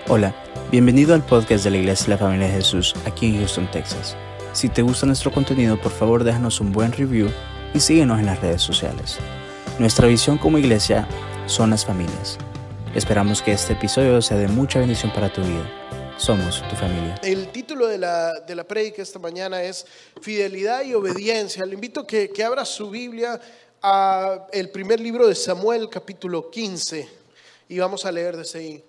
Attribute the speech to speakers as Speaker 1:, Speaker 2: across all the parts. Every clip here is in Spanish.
Speaker 1: Hola, bienvenido al podcast de la Iglesia de la Familia de Jesús aquí en Houston, Texas. Si te gusta nuestro contenido, por favor déjanos un buen review y síguenos en las redes sociales. Nuestra visión como iglesia son las familias. Esperamos que este episodio sea de mucha bendición para tu vida. Somos tu familia.
Speaker 2: El título de la prédica esta mañana es Fidelidad y Obediencia. Le invito a que abra su Biblia a el primer libro de Samuel, capítulo 15, y vamos a leer desde ahí.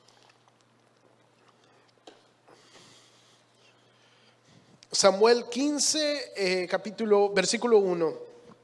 Speaker 2: Samuel 15, versículo 1.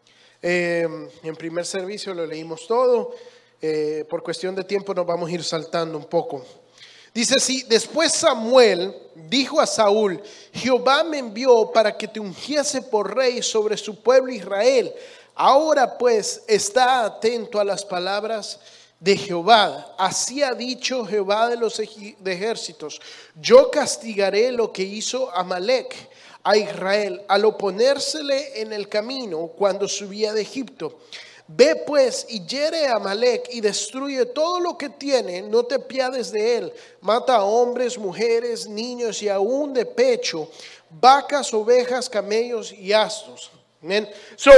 Speaker 2: En primer servicio lo leímos todo. Por cuestión de tiempo nos vamos a ir saltando un poco. Dice así: después Samuel dijo a Saúl: Jehová me envió para que te ungiese por rey sobre su pueblo Israel. Ahora pues está atento a las palabras de Jehová. Así ha dicho Jehová de los ejércitos: yo castigaré lo que hizo Amalec a Israel al oponérsele en el camino cuando subía de Egipto. Ve pues y hiere a Amalec y destruye todo lo que tiene, no te piades de él. Mata a hombres, mujeres, niños y aún de pecho, vacas, ovejas, camellos y asnos. Amén.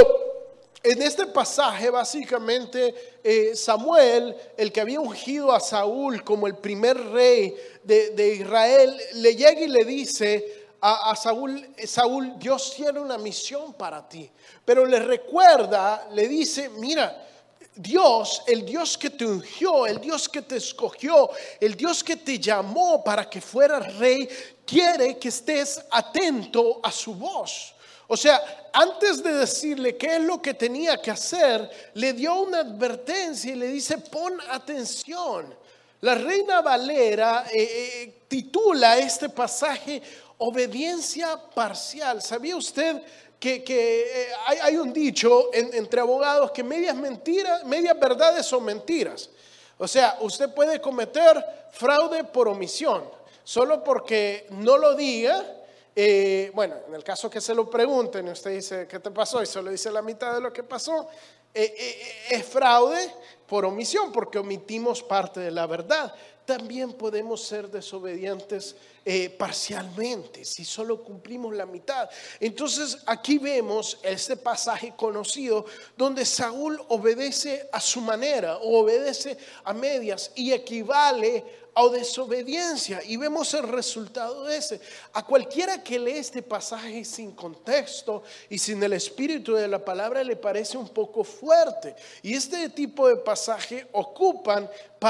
Speaker 2: En este pasaje básicamente Samuel, el que había ungido a Saúl como el primer rey de Israel, le llega y le dice a Saúl: Saúl, Dios tiene una misión para ti. Pero le recuerda, le dice: mira, Dios, el Dios que te ungió, el Dios que te escogió, el Dios que te llamó para que fueras rey, quiere que estés atento a su voz. O sea, antes de decirle qué es lo que tenía que hacer, le dio una advertencia y le dice: pon atención. La Reina Valera titula este pasaje obediencia parcial. ¿Sabía usted que hay un dicho entre abogados que medias mentiras, medias verdades son mentiras? O sea, usted puede cometer fraude por omisión, solo porque no lo diga. Bueno, en el caso que se lo pregunten y usted dice: ¿qué te pasó? Y solo dice la mitad de lo que pasó, es fraude por omisión, porque omitimos parte de la verdad. También podemos ser desobedientes parcialmente, si solo cumplimos la mitad. Entonces aquí vemos este pasaje conocido donde Saúl obedece a su manera, o obedece a medias, y equivale a desobediencia, y vemos el resultado de ese. A cualquiera que lee este pasaje sin contexto y sin el espíritu de la palabra le parece un poco fuerte, y este tipo de pasaje ocupan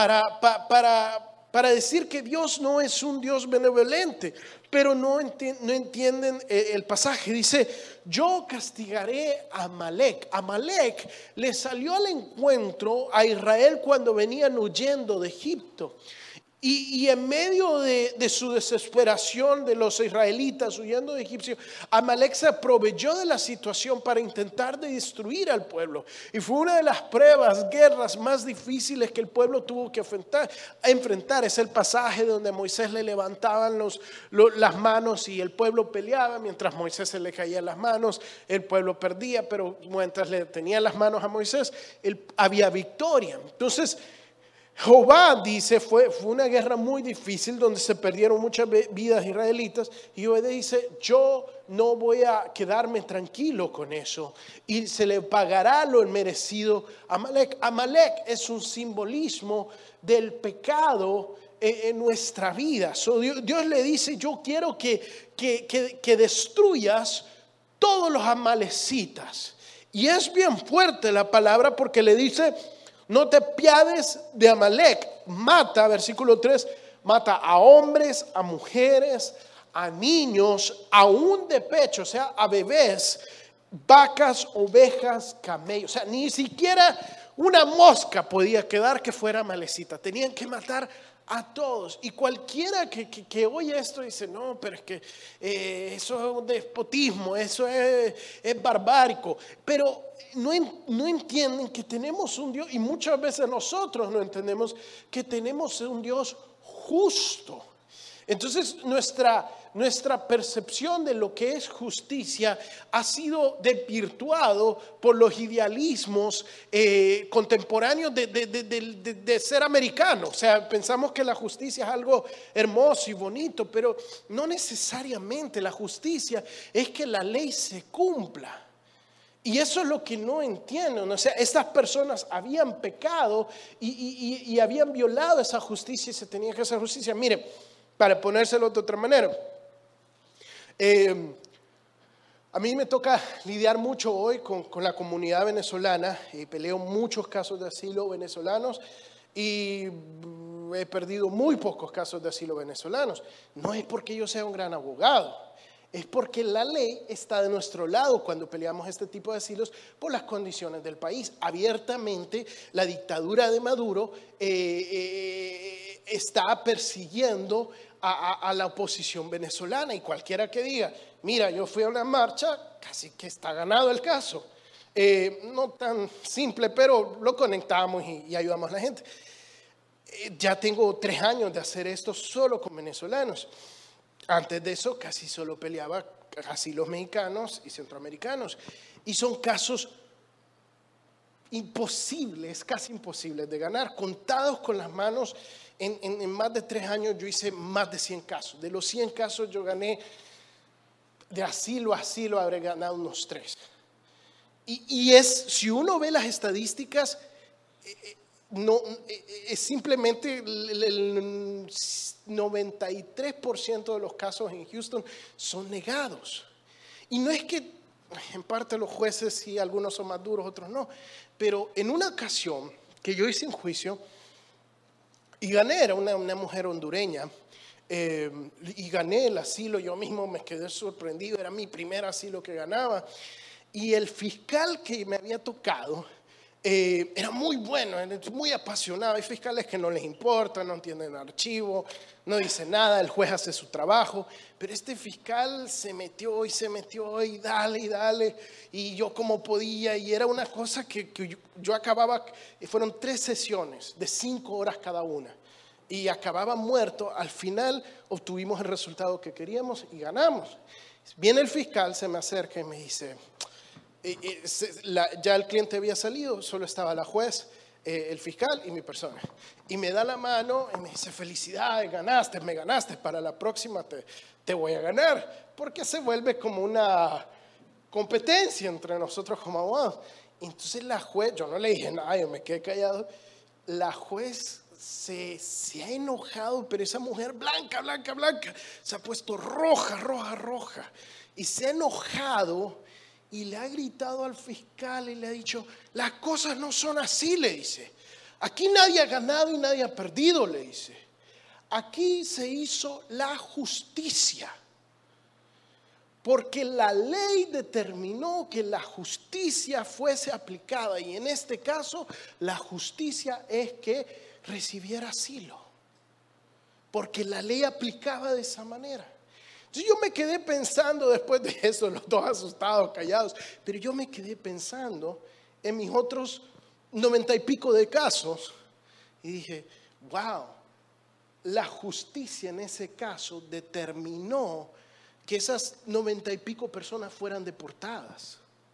Speaker 2: para decir que Dios no es un Dios benevolente, pero no entienden el pasaje. Dice: yo castigaré a Amalec. Amalec le salió al encuentro a Israel cuando venían huyendo de Egipto. Y en medio de su desesperación de los israelitas huyendo de Egipto, Amalec se aprovechó de la situación para intentar destruir al pueblo. Y fue una de las pruebas, guerras más difíciles que el pueblo tuvo que enfrentar. Es el pasaje donde Moisés le levantaban las manos y el pueblo peleaba. Mientras Moisés se le caían las manos, el pueblo perdía, pero mientras le tenían las manos a Moisés, había victoria. Entonces Jehová dice, fue una guerra muy difícil donde se perdieron muchas vidas israelitas, y Jehová dice: yo no voy a quedarme tranquilo con eso, y se le pagará lo merecido a Amalec. Amalec es un simbolismo del pecado en nuestra vida. Dios le dice: yo quiero que destruyas todos los amalecitas. Y es bien fuerte la palabra, porque le dice: no te piades de Amalec. Mata, versículo 3, mata a hombres, a mujeres, a niños, aún de pecho, o sea, a bebés, vacas, ovejas, camellos. O sea, ni siquiera una mosca podía quedar que fuera amalecita. Tenían que matar a todos. Y cualquiera que oye esto dice: no, pero es que eso es un despotismo, eso es barbárico. Pero no entienden que tenemos un Dios, y muchas veces nosotros no entendemos que tenemos un Dios justo. Entonces nuestra percepción de lo que es justicia ha sido desvirtuado por los idealismos contemporáneos de ser americano. O sea, pensamos que la justicia es algo hermoso y bonito, pero no necesariamente. La justicia es que la ley se cumpla. Y eso es lo que no entienden. O sea, estas personas habían pecado y habían violado esa justicia y se tenía que hacer justicia. Mire, para ponérselo de otra manera, a mí me toca lidiar mucho hoy con la comunidad venezolana y peleo muchos casos de asilo venezolanos y he perdido muy pocos casos de asilo venezolanos. No es porque yo sea un gran abogado, es porque la ley está de nuestro lado cuando peleamos este tipo de asilos por las condiciones del país. Abiertamente, la dictadura de Maduro está persiguiendo a la oposición venezolana, y cualquiera que diga, mira, yo fui a una marcha, casi que está ganado el caso. No tan simple, pero lo conectamos y ayudamos a la gente. Ya tengo 3 años de hacer esto solo con venezolanos. Antes de eso casi solo peleaba asilos mexicanos y centroamericanos, y son casos imposibles, casi imposibles de ganar, contados con las manos. En más de 3 años yo hice más de 100 casos. De los 100 casos yo gané, de asilo a asilo habré ganado unos 3. Y si uno ve las estadísticas, es simplemente el 93% de los casos en Houston son negados. Y no es que en parte los jueces sí, algunos son más duros, otros no, pero en una ocasión que yo hice un juicio y gané, era una mujer hondureña, y gané el asilo, yo mismo me quedé sorprendido, era mi primer asilo que ganaba, y el fiscal que me había tocado era muy bueno, muy apasionado. Hay fiscales que no les importa, no entienden el archivo, no dicen nada, el juez hace su trabajo, pero este fiscal se metió y dale, y yo como podía, y era una cosa que yo acababa, fueron 3 sesiones de 5 horas cada una, y acababa muerto. Al final obtuvimos el resultado que queríamos y ganamos. Viene el fiscal, se me acerca y me dice, ya el cliente había salido, solo estaba la juez, el fiscal y mi persona, y me da la mano y me dice, felicidades, me ganaste, para la próxima te voy a ganar, porque se vuelve como una competencia entre nosotros como abogados. Entonces la juez, yo no le dije nada, yo me quedé callado. La juez se ha enojado, pero esa mujer blanca, se ha puesto roja, y se ha enojado. Y le ha gritado al fiscal y le ha dicho, las cosas no son así, le dice. Aquí nadie ha ganado y nadie ha perdido, le dice. Aquí se hizo la justicia. Porque la ley determinó que la justicia fuese aplicada. Y en este caso, la justicia es que recibiera asilo. Porque la ley aplicaba de esa manera. Entonces yo me quedé pensando después de eso, los dos asustados, callados, pero yo me quedé pensando en mis otros 90 y pico de casos y dije, wow, la justicia en ese caso determinó que esas 90 y pico personas fueran deportadas.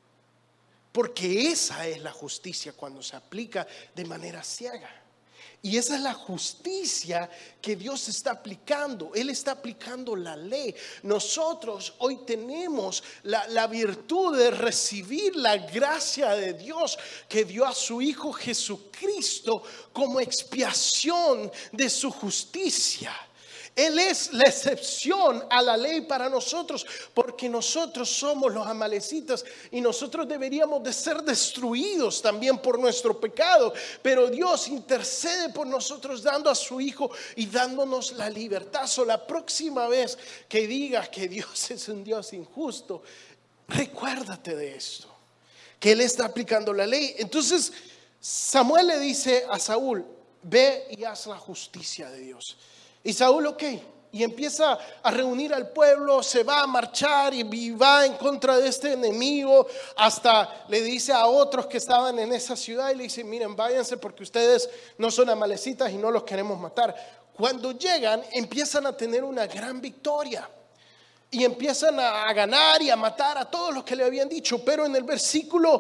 Speaker 2: Porque esa es la justicia cuando se aplica de manera ciega. Y esa es la justicia que Dios está aplicando. Él está aplicando la ley. Nosotros hoy tenemos la virtud de recibir la gracia de Dios que dio a su Hijo Jesucristo como expiación de su justicia. Él es la excepción a la ley para nosotros, porque nosotros somos los amalecitas y nosotros deberíamos de ser destruidos también por nuestro pecado, pero Dios intercede por nosotros dando a su Hijo y dándonos la libertad. La próxima vez que digas que Dios es un Dios injusto, recuérdate de esto, que Él está aplicando la ley. Entonces Samuel le dice a Saúl, ve y haz la justicia de Dios. Y Saúl, ok, y empieza a reunir al pueblo, se va a marchar y va en contra de este enemigo, hasta le dice a otros que estaban en esa ciudad y le dice, miren, váyanse porque ustedes no son amalecitas y no los queremos matar. cuando llegan empiezan a tener una gran victoria. Y empiezan a ganar y a matar a todos los que le habían dicho. Pero en el versículo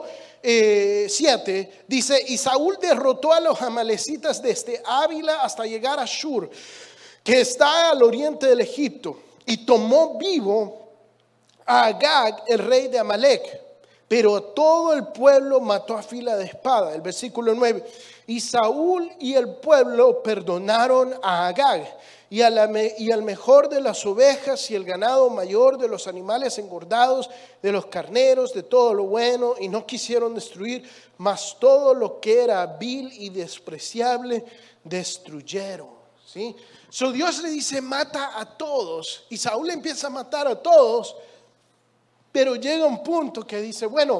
Speaker 2: 7 dice: y Saúl derrotó a los amalecitas desde Ávila hasta llegar a Shur, que está al oriente del Egipto, y tomó vivo a Agag, el rey de Amalec. Pero todo el pueblo mató a fila de espada. El versículo 9: y Saúl y el pueblo perdonaron a Agag y al mejor de las ovejas y el ganado mayor de los animales engordados, de los carneros, de todo lo bueno, y no quisieron destruir, mas todo lo que era vil y despreciable destruyeron. ¿Sí? So Dios le dice: mata a todos, y Saúl empieza a matar a todos. Pero llega un punto que dice: bueno,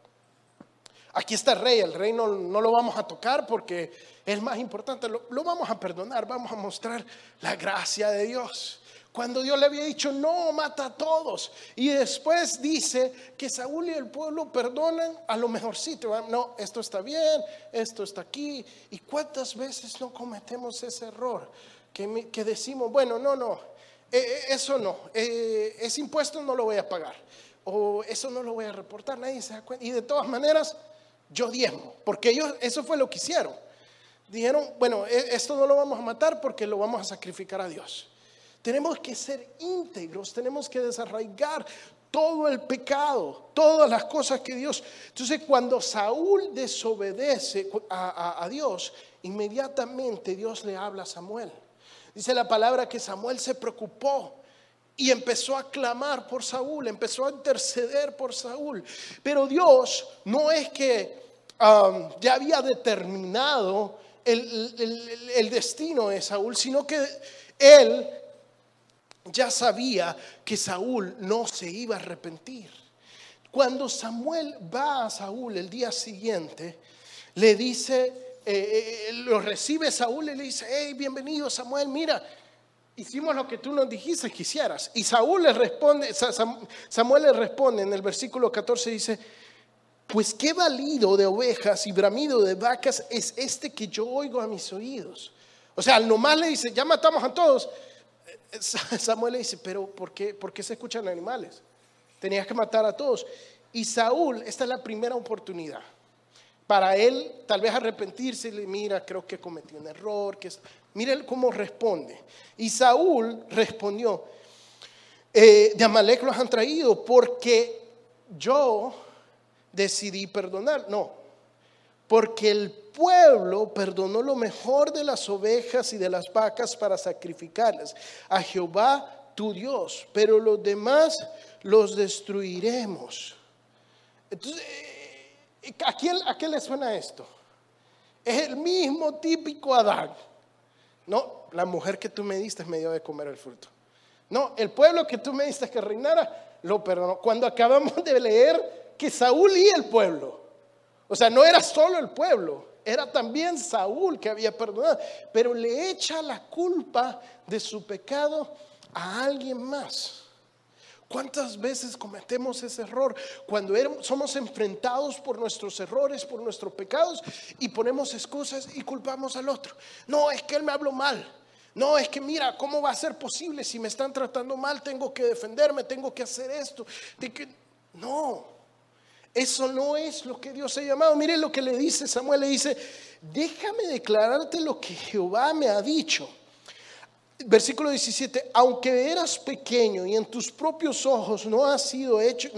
Speaker 2: aquí está el rey no lo vamos a tocar porque es más importante, lo vamos a perdonar, vamos a mostrar la gracia de Dios. Cuando Dios le había dicho: no, mata a todos. Y después dice que Saúl y el pueblo perdonan a lo mejorcito. No, esto está bien, esto está aquí. ¿Y cuántas veces no cometemos ese error? Que decimos: bueno, no, eso no, ese impuesto no lo voy a pagar. O eso no lo voy a reportar, nadie se da cuenta. Y de todas maneras, yo diezmo, porque ellos, eso fue lo que hicieron. Dijeron: bueno, esto no lo vamos a matar porque lo vamos a sacrificar a Dios. Tenemos que ser íntegros, tenemos que desarraigar todo el pecado, todas las cosas que Dios. Entonces, cuando Saúl desobedece a Dios, inmediatamente Dios le habla a Samuel. Dice la palabra que Samuel se preocupó y empezó a clamar por Saúl, empezó a interceder por Saúl. Pero Dios no es que ya había determinado el destino de Saúl, sino que Él ya sabía que Saúl no se iba a arrepentir. Cuando Samuel va a Saúl el día siguiente, le dice, lo recibe Saúl y le dice: hey, bienvenido Samuel, mira, hicimos lo que tú nos dijiste que hicieras. Y Samuel le responde en el versículo 14, dice: pues qué balido de ovejas y bramido de vacas es este que yo oigo a mis oídos. O sea, nomás le dice: ya matamos a todos. Samuel le dice: pero ¿por qué se escuchan animales? Tenías que matar a todos. Y Saúl, esta es la primera oportunidad para él tal vez arrepentirse. Mira, creo que cometí un error. Mira cómo responde. Y Saúl respondió: de Amalec los han traído porque yo decidí perdonar. No, porque el pueblo perdonó lo mejor de las ovejas y de las vacas para sacrificarlas a Jehová tu Dios, pero los demás los destruiremos. Entonces, ¿a qué le suena esto? Es el mismo típico Adán. No, la mujer que tú me diste me dio de comer el fruto. No, el pueblo que tú me diste que reinara lo perdonó. Cuando acabamos de leer que Saúl y el pueblo, o sea, no era solo el pueblo, era también Saúl que había perdonado, pero le echa la culpa de su pecado a alguien más. ¿Cuántas veces cometemos ese error cuando somos enfrentados por nuestros errores, por nuestros pecados, y ponemos excusas y culpamos al otro? No, es que él me habló mal. No, es que mira, ¿cómo va a ser posible? Si me están tratando mal, tengo que defenderme, tengo que hacer esto. No. Eso no es lo que Dios ha llamado. Miren lo que le dice Samuel, le dice: déjame declararte lo que Jehová me ha dicho. Versículo 17: aunque eras pequeño y en tus propios ojos no has sido hecho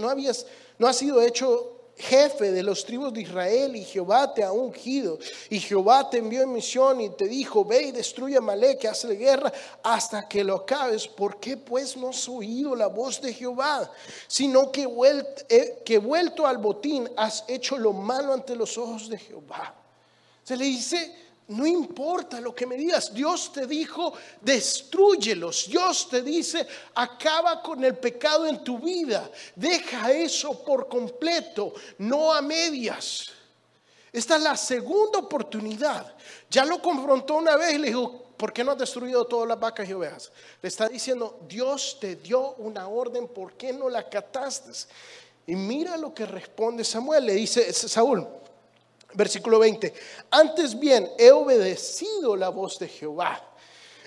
Speaker 2: jefe de los tribus de Israel, y Jehová te ha ungido, y Jehová te envió en misión y te dijo: ve y destruye a Amalec, hazle guerra hasta que lo acabes. ¿Por qué pues no has oído la voz de Jehová? Sino que vuelto al botín has hecho lo malo ante los ojos de Jehová. Se le dice: no importa lo que me digas, Dios te dijo: destrúyelos. Dios te dice: acaba con el pecado en tu vida. Deja eso por completo, no a medias. Esta es la segunda oportunidad. Ya lo confrontó una vez y le dijo: ¿por qué no has destruido todas las vacas y ovejas? Le está diciendo: Dios te dio una orden, ¿por qué no la acataste? Y mira lo que responde Samuel. Le dice Saúl, versículo 20: antes bien he obedecido la voz de Jehová.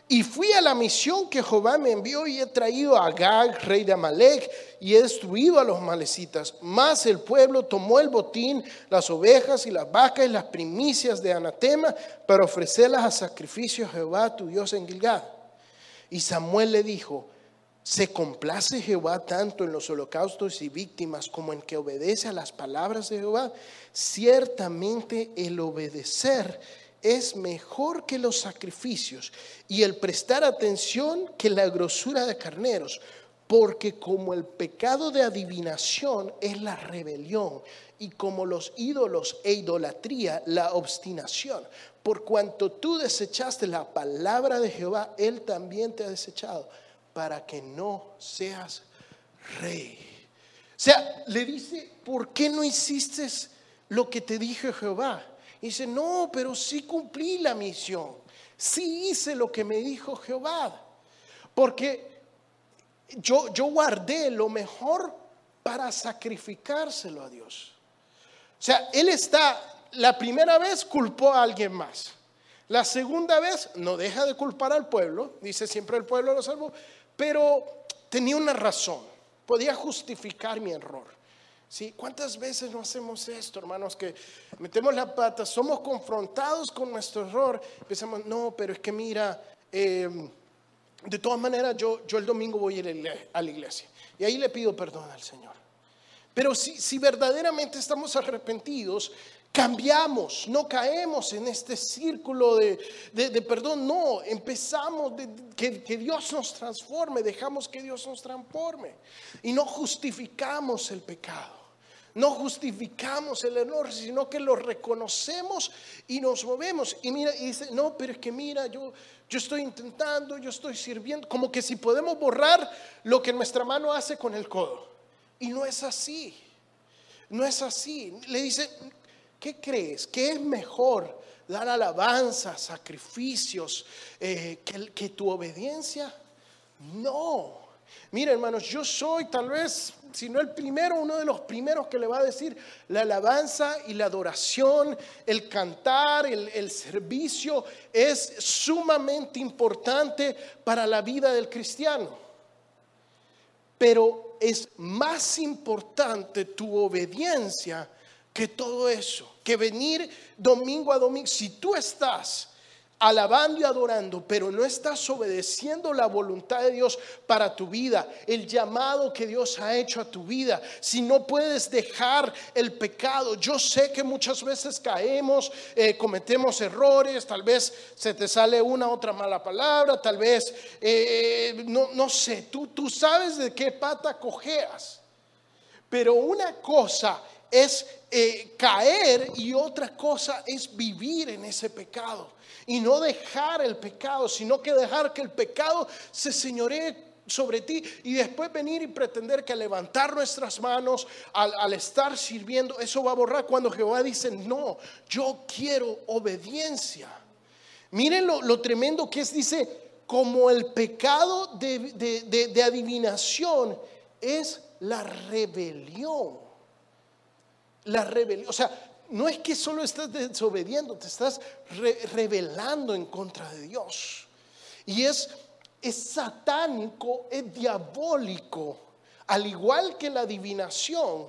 Speaker 2: Y fui a la misión que Jehová me envió y he traído a Agag, rey de Amalec, y he destruido a los amalecitas. Mas el pueblo tomó el botín, las ovejas y las vacas y las primicias de anatema para ofrecerlas a sacrificio a Jehová tu Dios en Gilgal. Y Samuel le dijo: ¿se complace Jehová tanto en los holocaustos y víctimas como en que obedece a las palabras de Jehová? Ciertamente el obedecer es mejor que los sacrificios y el prestar atención que la grosura de carneros, porque como el pecado de adivinación es la rebelión y como los ídolos e idolatría la obstinación. Por cuanto tú desechaste la palabra de Jehová, Él también te ha desechado para que no seas rey. O sea, le dice: ¿por qué no hiciste lo que te dije Jehová? Y dice: no, pero sí cumplí la misión, sí hice lo que me dijo Jehová, porque yo guardé lo mejor para sacrificárselo a Dios. O sea, la primera vez culpó a alguien más, la segunda vez no deja de culpar al pueblo, dice siempre el pueblo lo salvó, pero tenía una razón, podía justificar mi error. ¿Sí? ¿Cuántas veces no hacemos esto, hermanos? Que metemos la pata, somos confrontados con nuestro error, pensamos: no, pero es que mira, de todas maneras yo el domingo voy a ir a la iglesia y ahí le pido perdón al Señor. Pero si verdaderamente estamos arrepentidos, cambiamos, no caemos en este círculo de perdón. No, empezamos que Dios nos transforme, dejamos que Dios nos transforme y no justificamos el pecado. No justificamos el error, sino que lo reconocemos y nos movemos. Y mira, y dice: no, pero es que mira, yo estoy intentando, yo estoy sirviendo. Como que si podemos borrar lo que nuestra mano hace con el codo. Y no es así. No es así. Le dice: ¿qué crees? ¿Qué es mejor? ¿Dar alabanza, sacrificios, que tu obediencia? No. Mira, hermanos, yo soy tal vez, si no el primero, uno de los primeros que le va a decir: la alabanza y la adoración, el cantar, el servicio es sumamente importante para la vida del cristiano. Pero es más importante tu obediencia que todo eso, que venir domingo a domingo. Si tú estás alabando y adorando, pero no estás obedeciendo la voluntad de Dios para tu vida, el llamado que Dios ha hecho a tu vida, si no puedes dejar el pecado. Yo sé que muchas veces caemos, cometemos errores, tal vez se te sale una otra mala palabra, tal vez no sé, tú sabes de qué pata cojeas, pero una cosa es caer y otra cosa es vivir en ese pecado. Y no dejar el pecado, sino que dejar que el pecado se señoree sobre ti y después venir y pretender que levantar nuestras manos al estar sirviendo, eso va a borrar. Cuando Jehová dice: no, yo quiero obediencia. Miren lo tremendo que es. Dice: como el pecado de adivinación es la rebelión. La rebelión, o sea, no es que solo estás desobediendo, te estás rebelando en contra de Dios. Y es satánico, es diabólico. Al igual que la adivinación,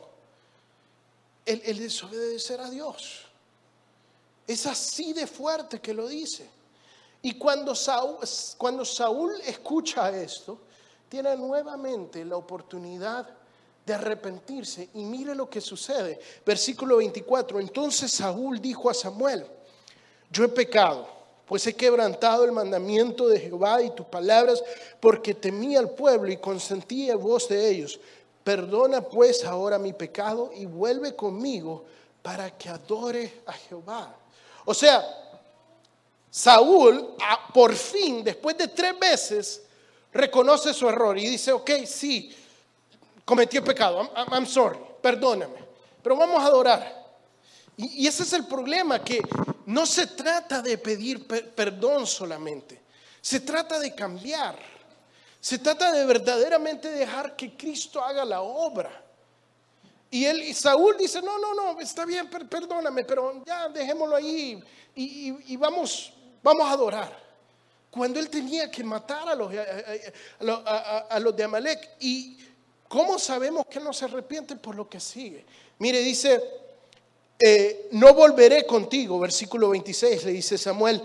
Speaker 2: el desobedecer a Dios. Es así de fuerte que lo dice. Y cuando Saúl escucha esto, tiene nuevamente la oportunidad de arrepentirse. Y mire lo que sucede. Versículo 24. Entonces Saúl dijo a Samuel: yo he pecado, pues he quebrantado el mandamiento de Jehová y tus palabras, porque temí al pueblo y consentí en voz de ellos. Perdona pues ahora mi pecado y vuelve conmigo para que adore a Jehová. O sea, Saúl por fin, después de 3 veces, reconoce su error y dice: ok, sí, cometí el pecado, I'm sorry, perdóname, pero vamos a adorar. Y ese es el problema, que no se trata de pedir perdón solamente, se trata de cambiar, se trata de verdaderamente dejar que Cristo haga la obra. Y Saúl dice: no, está bien, perdóname, pero ya dejémoslo ahí y vamos a adorar. cuando él tenía que matar a los de Amalek. ¿Y cómo sabemos que él no se arrepiente? Por lo que sigue. Mire, dice, no volveré contigo, versículo 26, le dice Samuel.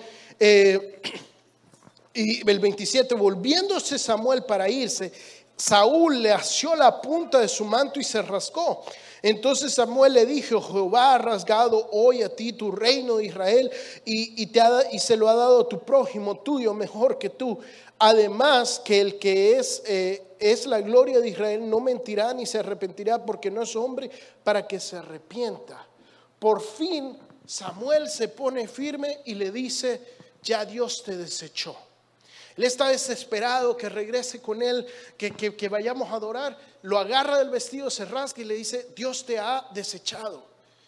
Speaker 2: Y el 27, volviéndose Samuel para irse, Saúl le asió la punta de su manto y se rascó. Entonces Samuel le dijo: Jehová ha rasgado hoy a ti tu reino de Israel y se lo ha dado a tu prójimo tuyo mejor que tú. Además que el que es la gloria de Israel no mentirá ni se arrepentirá, porque no es hombre para que se arrepienta. Por fin Samuel se pone firme y le dice: ya Dios te desechó. Él está desesperado que regrese con él, que vayamos a adorar. Lo agarra del vestido, se rasga y le dice: Dios te ha desechado.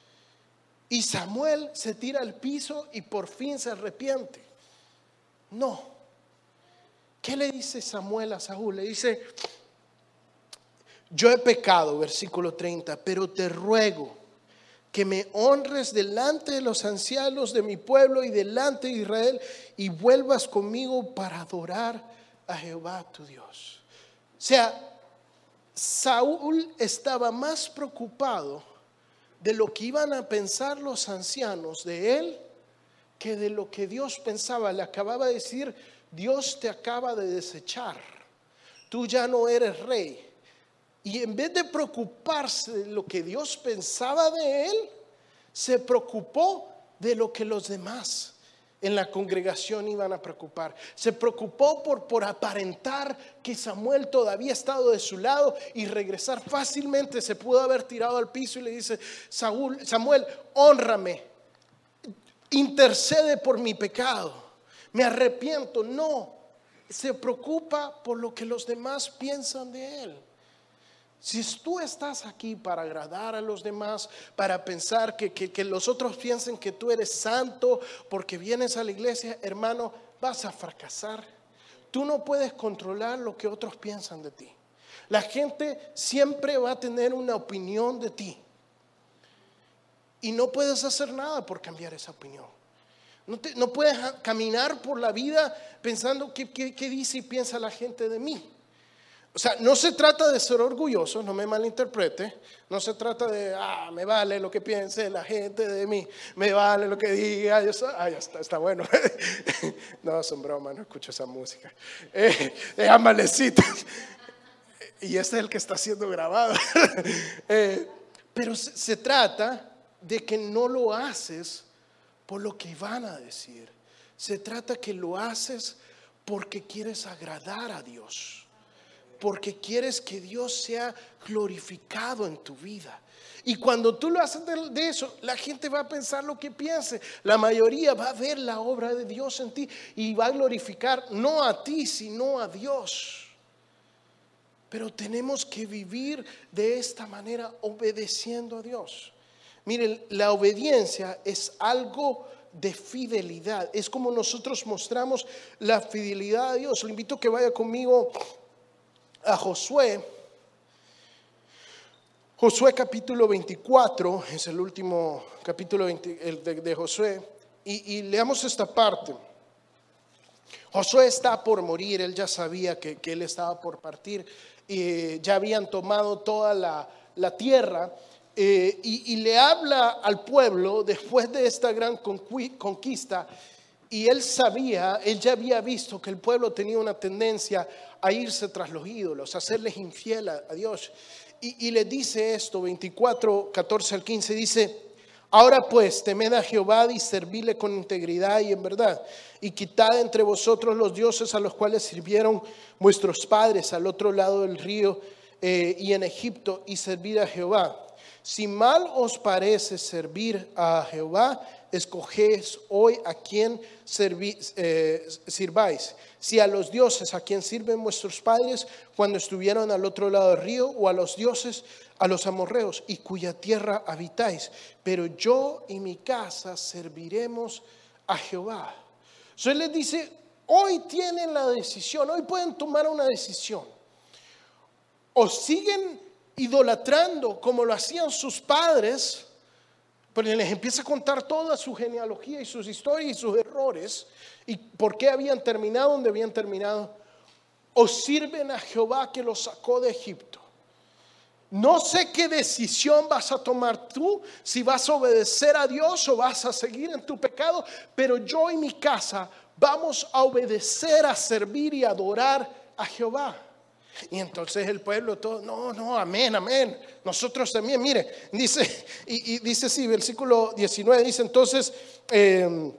Speaker 2: Y Samuel se tira al piso y por fin se arrepiente. No. ¿Qué le dice Samuel a Saúl? Le dice: yo he pecado, versículo 30, pero te ruego que me honres delante de los ancianos de mi pueblo y delante de Israel, y vuelvas conmigo para adorar a Jehová tu Dios. O sea, Saúl estaba más preocupado de lo que iban a pensar los ancianos de él que de lo que Dios pensaba. Le acababa de decir: Dios te acaba de desechar, tú ya no eres rey. Y en vez de preocuparse de lo que Dios pensaba de él, se preocupó de lo que los demás en la congregación iban a preocupar. Se preocupó por aparentar que Samuel todavía estaba de su lado y regresar fácilmente. Se pudo haber tirado al piso y le dice: Samuel, hónrame, intercede por mi pecado, me arrepiento. No, se preocupa por lo que los demás piensan de él. Si tú estás aquí para agradar a los demás, para pensar que los otros piensen que tú eres santo porque vienes a la iglesia, hermano, vas a fracasar. Tú no puedes controlar lo que otros piensan de ti. La gente siempre va a tener una opinión de ti y no puedes hacer nada por cambiar esa opinión. No puedes caminar por la vida pensando qué dice y piensa la gente de mí. O sea, no se trata de ser orgulloso, no me malinterprete. No se trata de, me vale lo que piense la gente de mí, me vale lo que diga. Ya está bueno. No, son bromas, no escucho esa música. Es Amalecitas. Y este es el que está siendo grabado. Pero se trata de que no lo haces por lo que van a decir. Se trata que lo haces porque quieres agradar a Dios, porque quieres que Dios sea glorificado en tu vida. Y cuando tú lo haces de eso, la gente va a pensar lo que piense. La mayoría va a ver la obra de Dios en ti y va a glorificar no a ti, sino a Dios. Pero tenemos que vivir de esta manera, obedeciendo a Dios. Miren, la obediencia es algo de fidelidad. Es como nosotros mostramos la fidelidad a Dios. Le invito a que vaya conmigo a Josué capítulo 24, es el último capítulo de Josué, y leamos esta parte. Josué está por morir, él ya sabía que él estaba por partir, y ya habían tomado toda la tierra, y le habla al pueblo después de esta gran conquista. Y él ya había visto que el pueblo tenía una tendencia a irse tras los ídolos, a hacerles infiel a Dios. Y le dice esto, 24, 14 al 15, dice: ahora pues, temed a Jehová y servidle con integridad y en verdad, y quitad entre vosotros los dioses a los cuales sirvieron vuestros padres al otro lado del río y en Egipto, y servid a Jehová. Si mal os parece servir a Jehová, escoged hoy a quien sirváis, si a los dioses a quien sirven vuestros padres cuando estuvieron al otro lado del río, o a los dioses, a los amorreos, y cuya tierra habitáis. Pero yo y mi casa serviremos a Jehová. Entonces les dice: hoy tienen la decisión, hoy pueden tomar una decisión. O siguen idolatrando como lo hacían sus padres, Pero les empieza a contar toda su genealogía y sus historias y sus errores y por qué habían terminado donde habían terminado. O sirven a Jehová que los sacó de Egipto. No sé qué decisión vas a tomar tú, si vas a obedecer a Dios o vas a seguir en tu pecado, pero yo y mi casa vamos a obedecer, a servir y adorar a Jehová. Y entonces el pueblo todo, no, amén, amén. Nosotros también, mire, dice, y dice así, versículo 19, dice entonces, el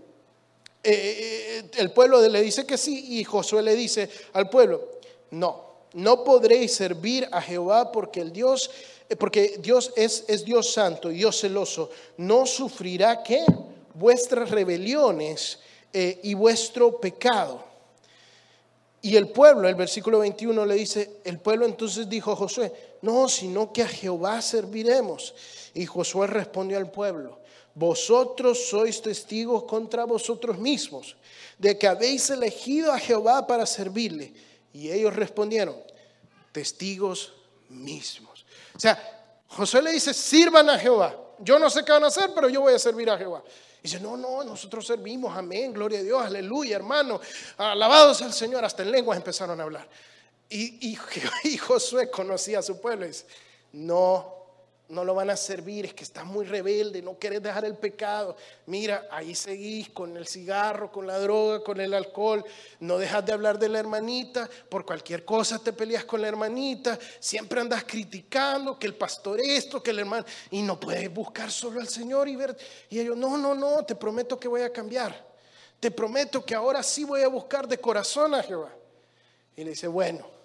Speaker 2: pueblo le dice que sí, y Josué le dice al pueblo, no podréis servir a Jehová porque Dios es Dios santo, Dios celoso, no sufrirá ¿qué? Vuestras rebeliones y vuestro pecado. Y el pueblo, el versículo 21 le dice, el pueblo entonces dijo a Josué, no, sino que a Jehová serviremos. Y Josué respondió al pueblo, vosotros sois testigos contra vosotros mismos, de que habéis elegido a Jehová para servirle. Y ellos respondieron, testigos mismos. O sea, Josué le dice, sirvan a Jehová. Yo no sé qué van a hacer, pero yo voy a servir a Jehová. Y dice, no, nosotros servimos, amén, gloria a Dios, aleluya, hermano, alabados al Señor. Hasta en lenguas empezaron a hablar. Y Josué conocía a su pueblo y dice, no lo van a servir, es que estás muy rebelde, no querés dejar el pecado. Mira, ahí seguís con el cigarro, con la droga, con el alcohol, no dejas de hablar de la hermanita, por cualquier cosa te peleas con la hermanita, siempre andas criticando que el pastor esto, que el hermano, y no puedes buscar solo al Señor y ver. Y ellos, no, te prometo que voy a cambiar, te prometo que ahora sí voy a buscar de corazón a Jehová. Y le dice, bueno,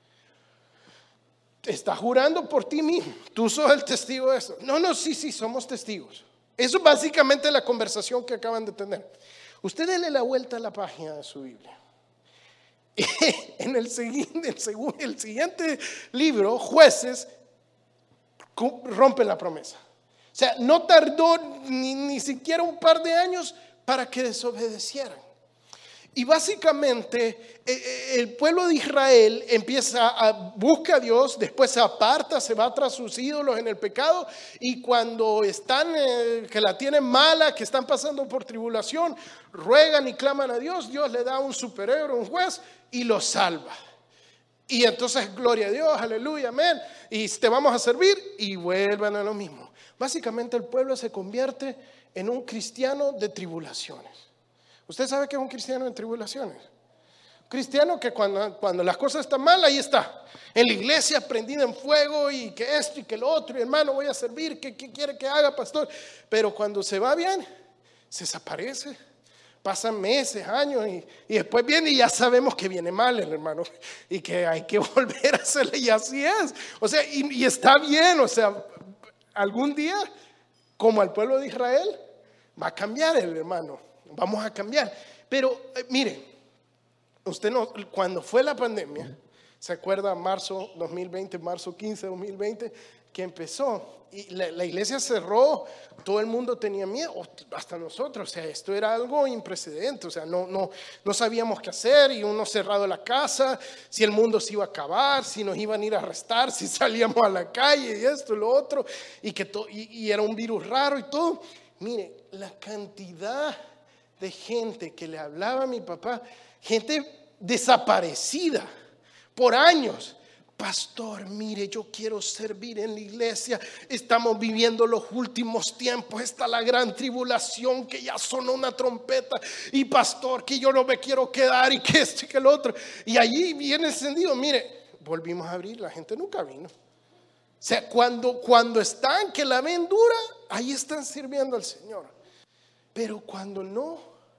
Speaker 2: estás jurando por ti mismo, tú sos el testigo de eso. No, sí, somos testigos. Eso es básicamente la conversación que acaban de tener. Usted déle la vuelta a la página de su Biblia. En el siguiente libro, Jueces, rompen la promesa. O sea, no tardó ni siquiera un par de años para que desobedecieran. Y básicamente el pueblo de Israel busca a Dios, después se aparta, se va tras sus ídolos en el pecado, y cuando están que la tienen mala, que están pasando por tribulación, ruegan y claman a Dios, Dios le da un superhéroe, un juez, y los salva. Y entonces gloria a Dios, aleluya, amén, y te vamos a servir, y vuelvan a lo mismo. Básicamente el pueblo se convierte en un cristiano de tribulaciones. ¿Usted sabe qué es un cristiano en tribulaciones? Un cristiano que cuando las cosas están mal, ahí está. En la iglesia prendida en fuego y que esto y que lo otro. Y hermano, voy a servir. ¿Qué quiere que haga, pastor? Pero cuando se va bien, se desaparece. Pasan meses, años y después viene y ya sabemos que viene mal el hermano. Y que hay que volver a hacerle y así es. O sea, y está bien. O sea, algún día, como al pueblo de Israel, va a cambiar el hermano. Vamos a cambiar. Pero mire, usted cuando fue la pandemia, ¿se acuerda? Marzo 2020, marzo 15 de 2020, que empezó y la iglesia cerró, todo el mundo tenía miedo, hasta nosotros. O sea, esto era algo imprecedente. O sea, no sabíamos qué hacer, y uno cerrado la casa, si el mundo se iba a acabar, si nos iban a ir a arrestar, si salíamos a la calle y esto y lo otro, y era un virus raro y todo. Mire, la cantidad de gente que le hablaba a mi papá, gente desaparecida por años. Pastor, mire, yo quiero servir en la iglesia, estamos viviendo los últimos tiempos, está la gran tribulación, que ya sonó una trompeta, y pastor, que yo no me quiero quedar, y que esto y que lo otro, y allí viene encendido. Mire, volvimos a abrir, la gente nunca vino. O sea, cuando están que la ven dura, ahí están sirviendo al Señor. Pero cuando no,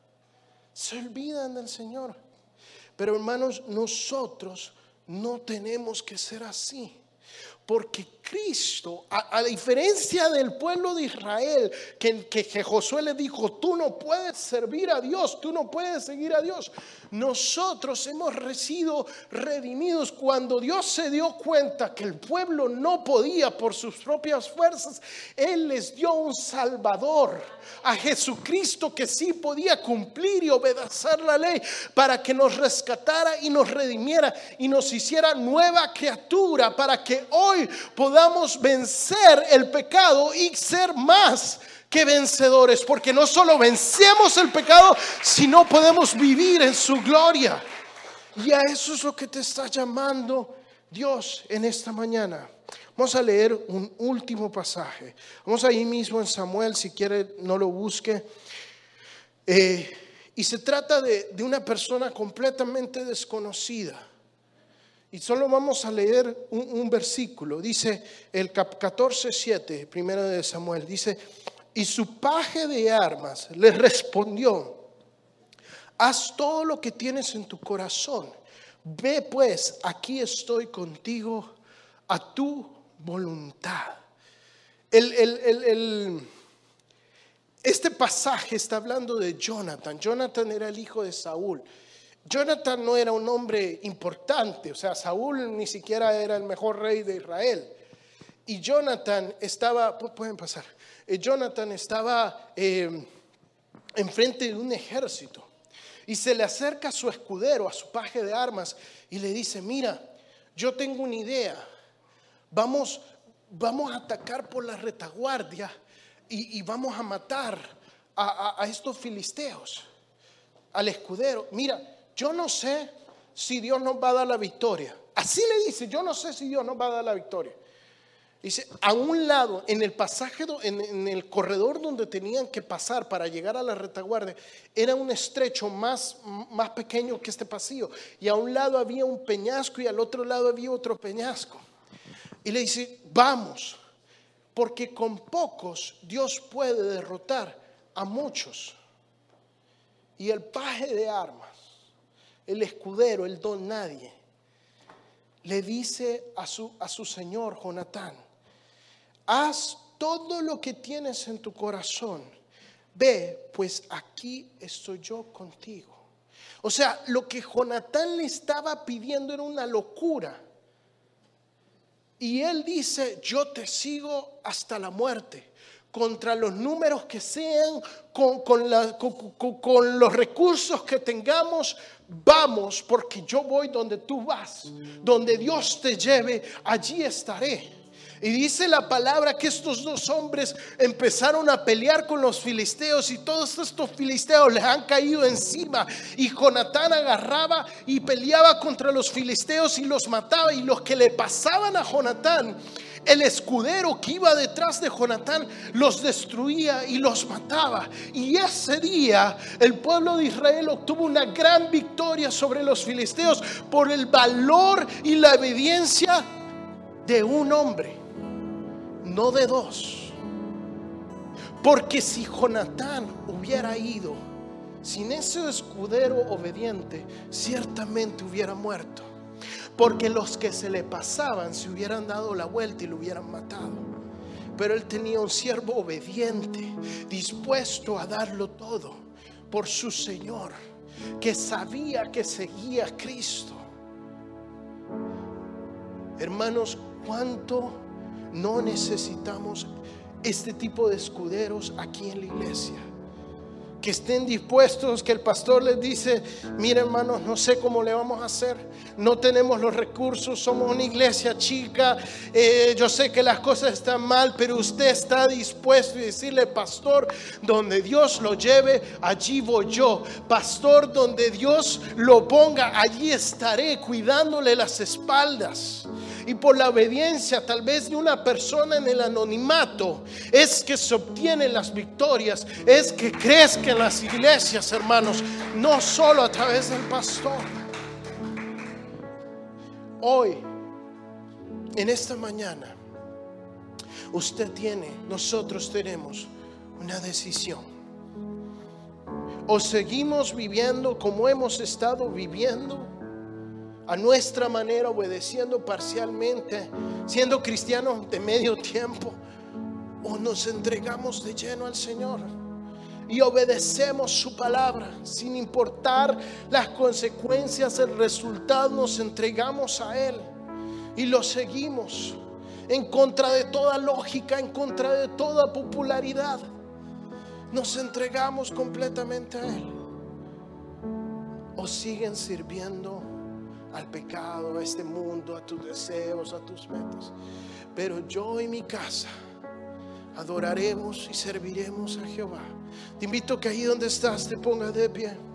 Speaker 2: se olvidan del Señor. Pero hermanos, nosotros no tenemos que ser así. Porque Cristo, a diferencia del pueblo de Israel, que Josué le dijo, tú no puedes servir a Dios, tú no puedes seguir a Dios. Nosotros hemos sido redimidos cuando Dios se dio cuenta que el pueblo no podía por sus propias fuerzas. Él les dio un Salvador, a Jesucristo, que sí podía cumplir y obedecer la ley, para que nos rescatara y nos redimiera y nos hiciera nueva criatura, para que hoy podamos vencer el pecado y ser más que vencedores, porque no solo vencemos el pecado, sino podemos vivir en su gloria. Y a eso es lo que te está llamando Dios en esta mañana. Vamos a leer un último pasaje. Vamos ahí mismo en Samuel, si quiere no lo busque. Y se trata de una persona completamente desconocida. Y solo vamos a leer un versículo. Dice el 14:7, primero de Samuel. Dice: y su paje de armas le respondió: haz todo lo que tienes en tu corazón. Ve pues, aquí estoy contigo a tu voluntad. Este pasaje está hablando de Jonathan. Jonathan era el hijo de Saúl. Jonathan no era un hombre importante, o sea, Saúl ni siquiera era el mejor rey de Israel. Y Jonathan estaba, pueden pasar, Jonathan estaba enfrente de un ejército. Y se le acerca a su escudero, a su paje de armas, y le dice: mira, yo tengo una idea. Vamos a atacar por la retaguardia y vamos a matar a estos filisteos. Al escudero: mira, yo no sé si Dios nos va a dar la victoria. Así le dice: yo no sé si Dios nos va a dar la victoria. Dice, a un lado, en el pasaje, en el corredor donde tenían que pasar para llegar a la retaguardia, era un estrecho más pequeño que este pasillo. Y a un lado había un peñasco y al otro lado había otro peñasco. Y le dice: vamos, porque con pocos Dios puede derrotar a muchos. Y el paje de armas, el escudero, el don nadie, le dice a su señor Jonatán: haz todo lo que tienes en tu corazón. Ve, pues aquí estoy yo contigo. O sea, lo que Jonatán le estaba pidiendo era una locura. Y él dice: yo te sigo hasta la muerte. Contra los números que sean, con los recursos que tengamos, vamos, porque yo voy donde tú vas. Donde Dios te lleve, allí estaré. Y dice la palabra que estos dos hombres empezaron a pelear con los filisteos, y todos estos filisteos les han caído encima. Y Jonatán agarraba y peleaba contra los filisteos y los mataba. Y los que le pasaban a Jonatán, el escudero que iba detrás de Jonatán, los destruía y los mataba. Y ese día el pueblo de Israel obtuvo una gran victoria sobre los filisteos por el valor y la obediencia de un hombre, no de dos. Porque si Jonatán hubiera ido sin ese escudero obediente, ciertamente hubiera muerto. Porque los que se le pasaban se hubieran dado la vuelta y lo hubieran matado. Pero él tenía un siervo obediente, dispuesto a darlo todo por su Señor, que sabía que seguía a Cristo. Hermanos, ¿cuánto no necesitamos este tipo de escuderos aquí en la iglesia? Que estén dispuestos, que el pastor les dice: mira, hermanos, no sé cómo le vamos a hacer, no tenemos los recursos, somos una iglesia chica, yo sé que las cosas están mal, pero usted está dispuesto a decirle: pastor, donde Dios lo lleve, allí voy yo. Pastor, donde Dios lo ponga, allí estaré, cuidándole las espaldas. Y por la obediencia tal vez de una persona en el anonimato es que se obtienen las victorias, es que crezcan las iglesias, hermanos, no solo a través del pastor. Hoy, en esta mañana, nosotros tenemos una decisión. O seguimos viviendo como hemos estado viviendo, a nuestra manera, obedeciendo parcialmente, siendo cristianos de medio tiempo, o nos entregamos de lleno al Señor y obedecemos su palabra sin importar las consecuencias, el resultado. Nos entregamos a Él y lo seguimos en contra de toda lógica, en contra de toda popularidad. Nos entregamos completamente a Él, o siguen sirviendo al pecado, a este mundo, a tus deseos, a tus metas. Pero yo y mi casa adoraremos y serviremos a Jehová. Te invito que ahí donde estás te pongas de pie.